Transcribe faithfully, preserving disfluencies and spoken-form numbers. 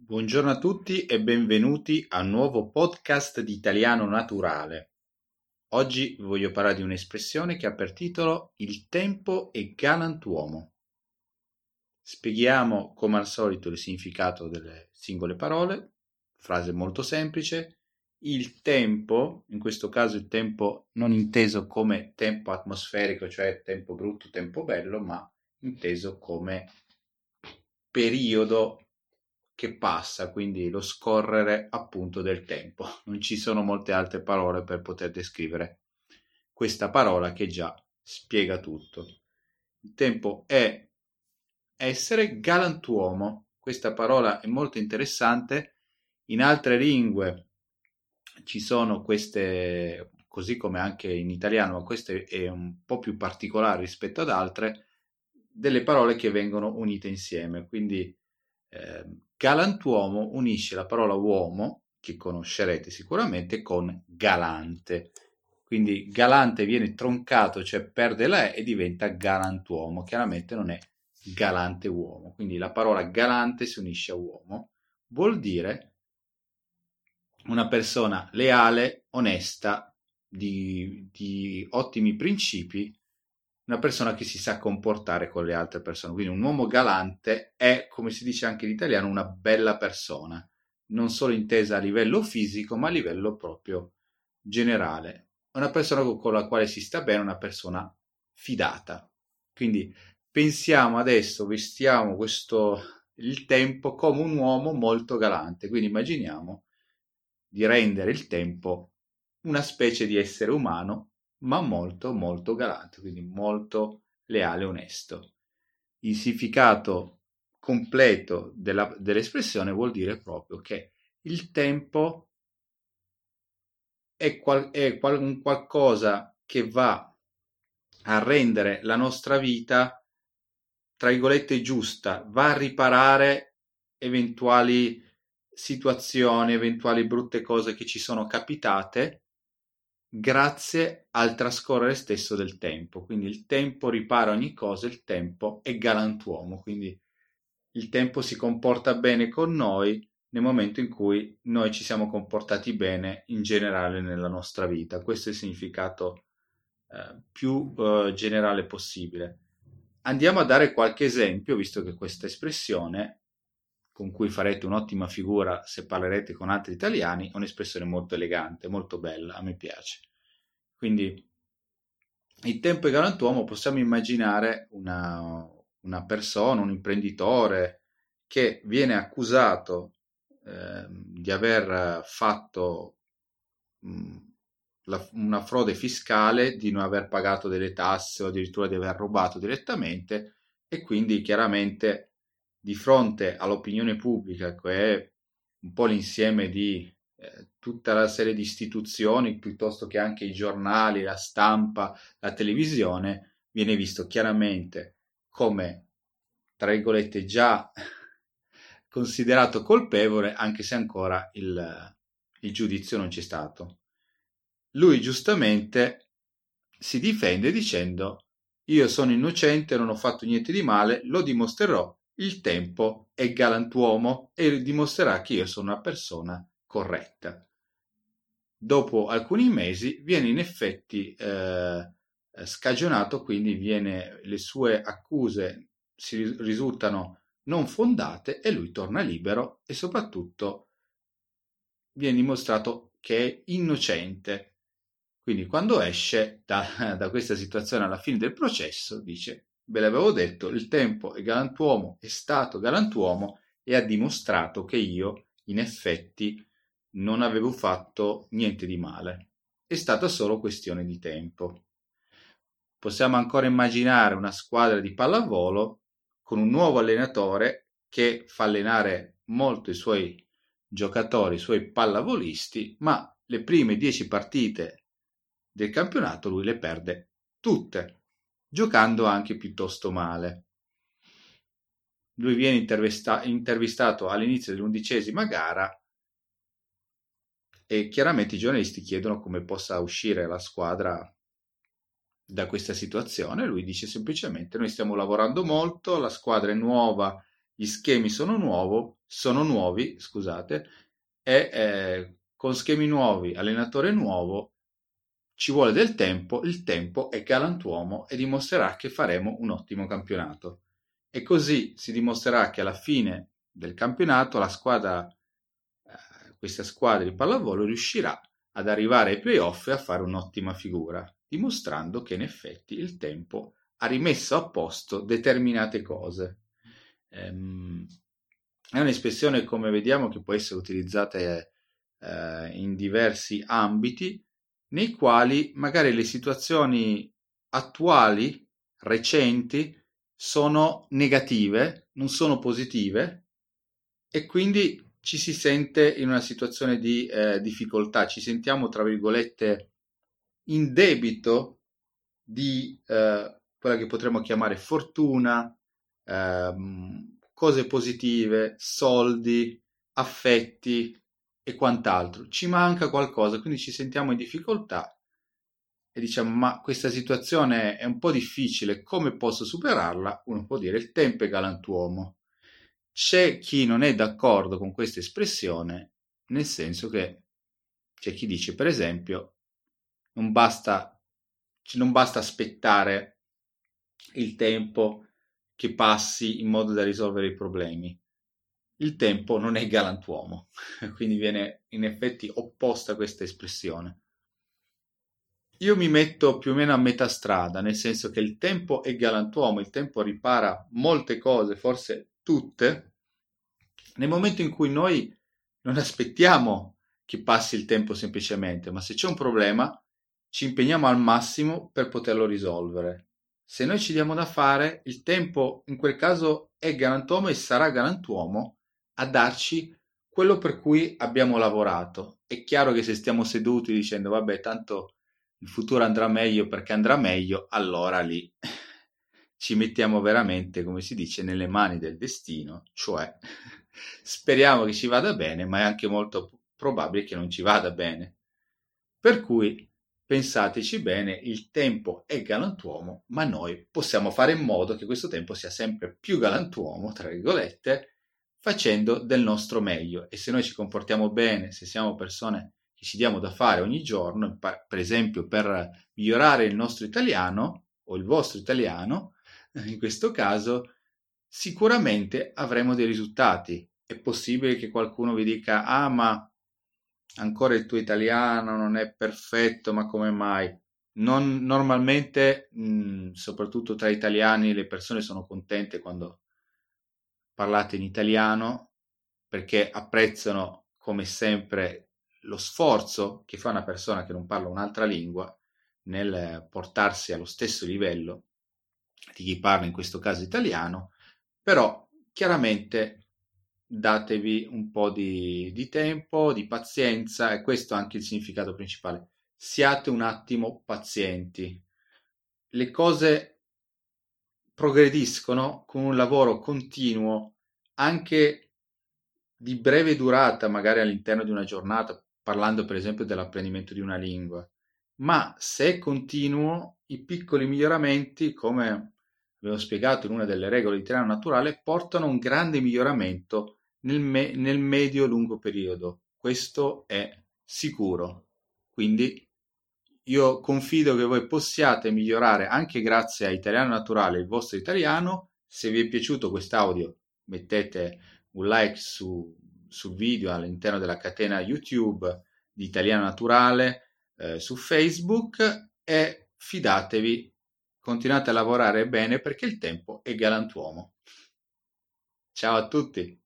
Buongiorno a tutti e benvenuti a un nuovo podcast di Italiano Naturale. Oggi voglio parlare di un'espressione che ha per titolo Il tempo è galantuomo. Spieghiamo come al solito il significato delle singole parole, frase molto semplice. Il tempo, in questo caso il tempo non inteso come tempo atmosferico, cioè tempo brutto, tempo bello, ma inteso come periodo che passa, quindi lo scorrere appunto del tempo. Non ci sono molte altre parole per poter descrivere questa parola che già spiega tutto. Il tempo è essere galantuomo. Questa parola è molto interessante. In altre lingue ci sono queste, così come anche in italiano, ma questo è un po' più particolare rispetto ad altre, delle parole che vengono unite insieme. Quindi eh, galantuomo unisce la parola uomo, che conoscerete sicuramente, con galante. Quindi galante viene troncato, cioè perde la E e diventa galantuomo. Chiaramente non è galante uomo. Quindi la parola galante si unisce a uomo. Vuol dire una persona leale, onesta, di, di ottimi principi, una persona che si sa comportare con le altre persone. Quindi un uomo galante è, come si dice anche in italiano, una bella persona, non solo intesa a livello fisico, ma a livello proprio generale. Una persona con la quale si sta bene, una persona fidata. Quindi pensiamo adesso, vestiamo questo il tempo come un uomo molto galante. Quindi immaginiamo di rendere il tempo una specie di essere umano, ma molto molto galante, quindi molto leale e onesto. Il significato completo della, dell'espressione vuol dire proprio che il tempo è, qual, è qual, un qualcosa che va a rendere la nostra vita, tra virgolette, giusta, va a riparare eventuali situazioni, eventuali brutte cose che ci sono capitate grazie al trascorrere stesso del tempo. Quindi il tempo ripara ogni cosa, il tempo è galantuomo, quindi il tempo si comporta bene con noi nel momento in cui noi ci siamo comportati bene in generale nella nostra vita. Questo è il significato eh, più eh, generale possibile. Andiamo a dare qualche esempio, visto che questa espressione, con cui farete un'ottima figura se parlerete con altri italiani, è un'espressione molto elegante, molto bella, a me piace. Quindi, il tempo è galantuomo, possiamo immaginare una, una persona, un imprenditore che viene accusato eh, di aver fatto mh, la- una frode fiscale, di non aver pagato delle tasse o addirittura di aver rubato direttamente e quindi chiaramente di fronte all'opinione pubblica, che è un po' l'insieme di eh, tutta la serie di istituzioni, piuttosto che anche i giornali, la stampa, la televisione, viene visto chiaramente come, tra virgolette, già considerato colpevole, anche se ancora il, il giudizio non c'è stato. Lui giustamente si difende dicendo: io sono innocente, non ho fatto niente di male, lo dimostrerò, il tempo è galantuomo e dimostrerà che io sono una persona corretta. Dopo alcuni mesi viene in effetti eh, scagionato, quindi viene, le sue accuse si risultano non fondate e lui torna libero e soprattutto viene dimostrato che è innocente. Quindi quando esce da, da questa situazione alla fine del processo dice: ve l'avevo detto, il tempo è galantuomo, è stato galantuomo e ha dimostrato che io in effetti non avevo fatto niente di male. È stata solo questione di tempo. Possiamo ancora immaginare una squadra di pallavolo con un nuovo allenatore che fa allenare molto i suoi giocatori, i suoi pallavolisti, ma le prime dieci partite del campionato lui le perde tutte, giocando anche piuttosto male. Lui viene intervista- intervistato all'inizio dell'undicesima gara e chiaramente i giornalisti chiedono come possa uscire la squadra da questa situazione. Lui dice semplicemente: noi stiamo lavorando molto, la squadra è nuova, gli schemi sono nuovo, sono nuovi, scusate, e eh, con schemi nuovi, allenatore nuovo, ci vuole del tempo, il tempo è galantuomo e dimostrerà che faremo un ottimo campionato. E così si dimostrerà che alla fine del campionato la squadra, eh, questa squadra di pallavolo riuscirà ad arrivare ai playoff e a fare un'ottima figura, dimostrando che in effetti il tempo ha rimesso a posto determinate cose. Ehm, è un'espressione, come vediamo, che può essere utilizzata eh, in diversi ambiti, nei quali magari le situazioni attuali, recenti, sono negative, non sono positive, e quindi ci si sente in una situazione di eh, difficoltà, ci sentiamo, tra virgolette, in debito di eh, quella che potremmo chiamare fortuna, ehm, cose positive, soldi, affetti e quant'altro. Ci manca qualcosa, quindi ci sentiamo in difficoltà e diciamo: ma questa situazione è un po' difficile, come posso superarla? Uno può dire: il tempo è galantuomo. C'è chi non è d'accordo con questa espressione, nel senso che c'è chi dice, per esempio, non basta, non basta aspettare il tempo che passi in modo da risolvere i problemi. Il tempo non è galantuomo, quindi viene in effetti opposta questa espressione. Io mi metto più o meno a metà strada, nel senso che il tempo è galantuomo, il tempo ripara molte cose, forse tutte, nel momento in cui noi non aspettiamo che passi il tempo semplicemente, ma se c'è un problema ci impegniamo al massimo per poterlo risolvere. Se noi ci diamo da fare, il tempo in quel caso è galantuomo e sarà galantuomo a darci quello per cui abbiamo lavorato. È chiaro che se stiamo seduti dicendo vabbè, tanto il futuro andrà meglio perché andrà meglio, allora lì ci mettiamo veramente, come si dice, nelle mani del destino, cioè speriamo che ci vada bene, ma è anche molto probabile che non ci vada bene. Per cui pensateci bene, il tempo è galantuomo, ma noi possiamo fare in modo che questo tempo sia sempre più galantuomo, tra virgolette, facendo del nostro meglio. E se noi ci comportiamo bene, se siamo persone che ci diamo da fare ogni giorno, per esempio per migliorare il nostro italiano o il vostro italiano, in questo caso sicuramente avremo dei risultati. È possibile che qualcuno vi dica: ah, ma ancora il tuo italiano non è perfetto, ma come mai? Non, normalmente, mh, soprattutto tra italiani, le persone sono contente quando parlate in italiano perché apprezzano, come sempre, lo sforzo che fa una persona che non parla un'altra lingua nel portarsi allo stesso livello di chi parla, in questo caso italiano. Però chiaramente datevi un po' di, di tempo, di pazienza, e questo è anche il significato principale. Siate un attimo pazienti. Le cose progrediscono con un lavoro continuo, anche di breve durata, magari all'interno di una giornata, parlando per esempio dell'apprendimento di una lingua. Ma se è continuo, i piccoli miglioramenti, come avevo spiegato in una delle regole di italiano naturale, portano a un grande miglioramento nel, me- nel medio-lungo periodo. Questo è sicuro. Quindi io confido che voi possiate migliorare anche grazie a Italiano Naturale il vostro italiano. Se vi è piaciuto quest'audio, mettete un like su, sul video all'interno della catena YouTube di Italiano Naturale, eh, su Facebook, e fidatevi, continuate a lavorare bene perché il tempo è galantuomo. Ciao a tutti!